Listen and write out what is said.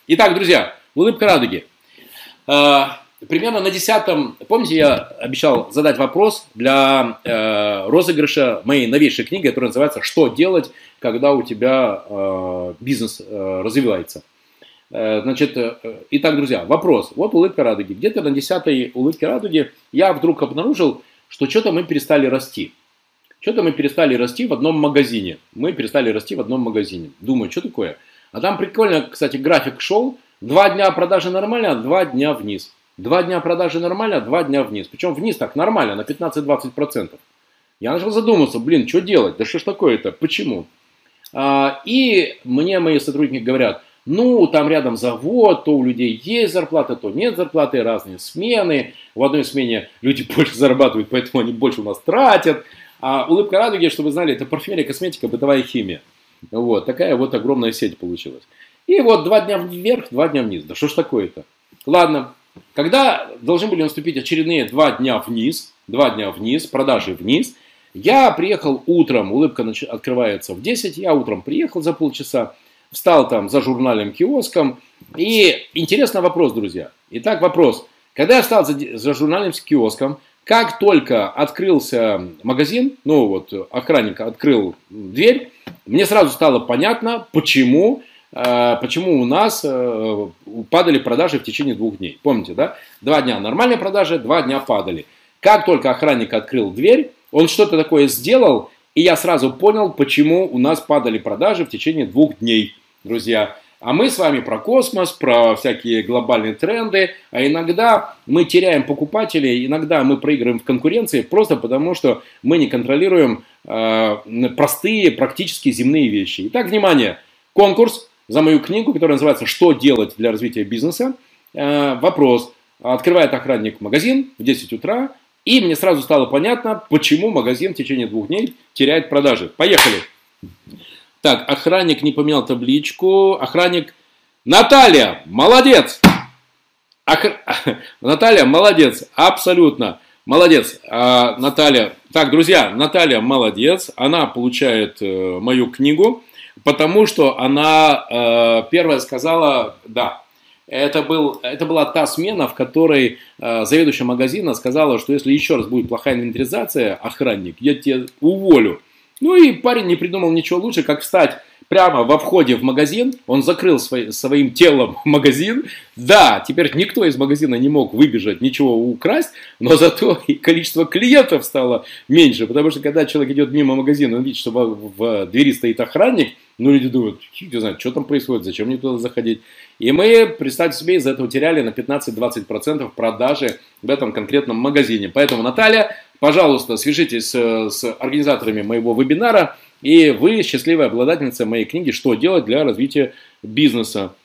Итак, друзья, улыбка радуги. Примерно на 10-м, помните, я обещал задать вопрос для розыгрыша моей новейшей книги, которая называется «Что делать, когда у тебя бизнес развивается?». Значит, итак, друзья, вопрос. Вот улыбка радуги. Где-то на 10-й улыбке радуги я вдруг обнаружил, что что-то мы перестали расти. Что-то мы перестали расти в одном магазине. Думаю, что такое? А там прикольно, кстати, график шел. 2 дня продажи нормально, 2 дня вниз. 2 дня продажи нормально, 2 дня вниз. Причем вниз так нормально, на 15-20%. Я начал задуматься, что делать? Да что ж такое-то? Почему? И мне мои сотрудники говорят, там рядом завод, то у людей есть зарплата, то нет зарплаты, разные смены. В одной смене люди больше зарабатывают, поэтому они больше у нас тратят. А улыбка радуги, чтобы вы знали, это парфюмерия, косметика, бытовая химия. Вот, такая вот огромная сеть получилась. И вот 2 дня вверх, 2 дня вниз. Да что ж такое-то? Ладно, когда должны были наступить очередные 2 дня вниз, продажи вниз, я приехал утром, улыбка открывается в 10, я утром приехал за полчаса, встал там за журнальным киоском. И интересный вопрос, друзья. Итак, вопрос. Когда я встал за журнальным киоском, как только открылся магазин, охранник открыл дверь, мне сразу стало понятно, почему у нас падали продажи в течение 2 дней. Помните, да? 2 дня нормальные продажи, 2 дня падали. Как только охранник открыл дверь, он что-то такое сделал, и я сразу понял, почему у нас падали продажи в течение 2 дней, друзья. А мы с вами про космос, про всякие глобальные тренды, а иногда мы теряем покупателей, иногда мы проигрываем в конкуренции, просто потому что мы не контролируем простые, практически земные вещи. Итак, внимание, конкурс за мою книгу, которая называется «Что делать для развития бизнеса?». Вопрос. Открывает охранник магазин в 10 утра, и мне сразу стало понятно, почему магазин в течение 2 дней теряет продажи. Поехали! Так, охранник не поменял табличку. Охранник. Наталья, молодец! Наталья, молодец, абсолютно. Молодец, Наталья. Так, друзья, Наталья молодец. Она получает мою книгу, потому что она первая сказала «да». Это была та смена, в которой заведующая магазина сказала, что если еще раз будет плохая инвентаризация, охранник, я тебя уволю. И парень не придумал ничего лучше, как встать прямо во входе в магазин. Он закрыл своим телом магазин. Да, теперь никто из магазина не мог выбежать, ничего украсть, но зато и количество клиентов стало меньше. Потому что когда человек идет мимо магазина, он видит, что в двери стоит охранник, люди думают, не знаю, что там происходит, зачем мне туда заходить. И мы, представьте себе, из-за этого теряли на 15-20% продажи в этом конкретном магазине. Поэтому, Наталья, пожалуйста, свяжитесь с организаторами моего вебинара, и вы счастливая обладательница моей книги «Что делать для развития бизнеса?».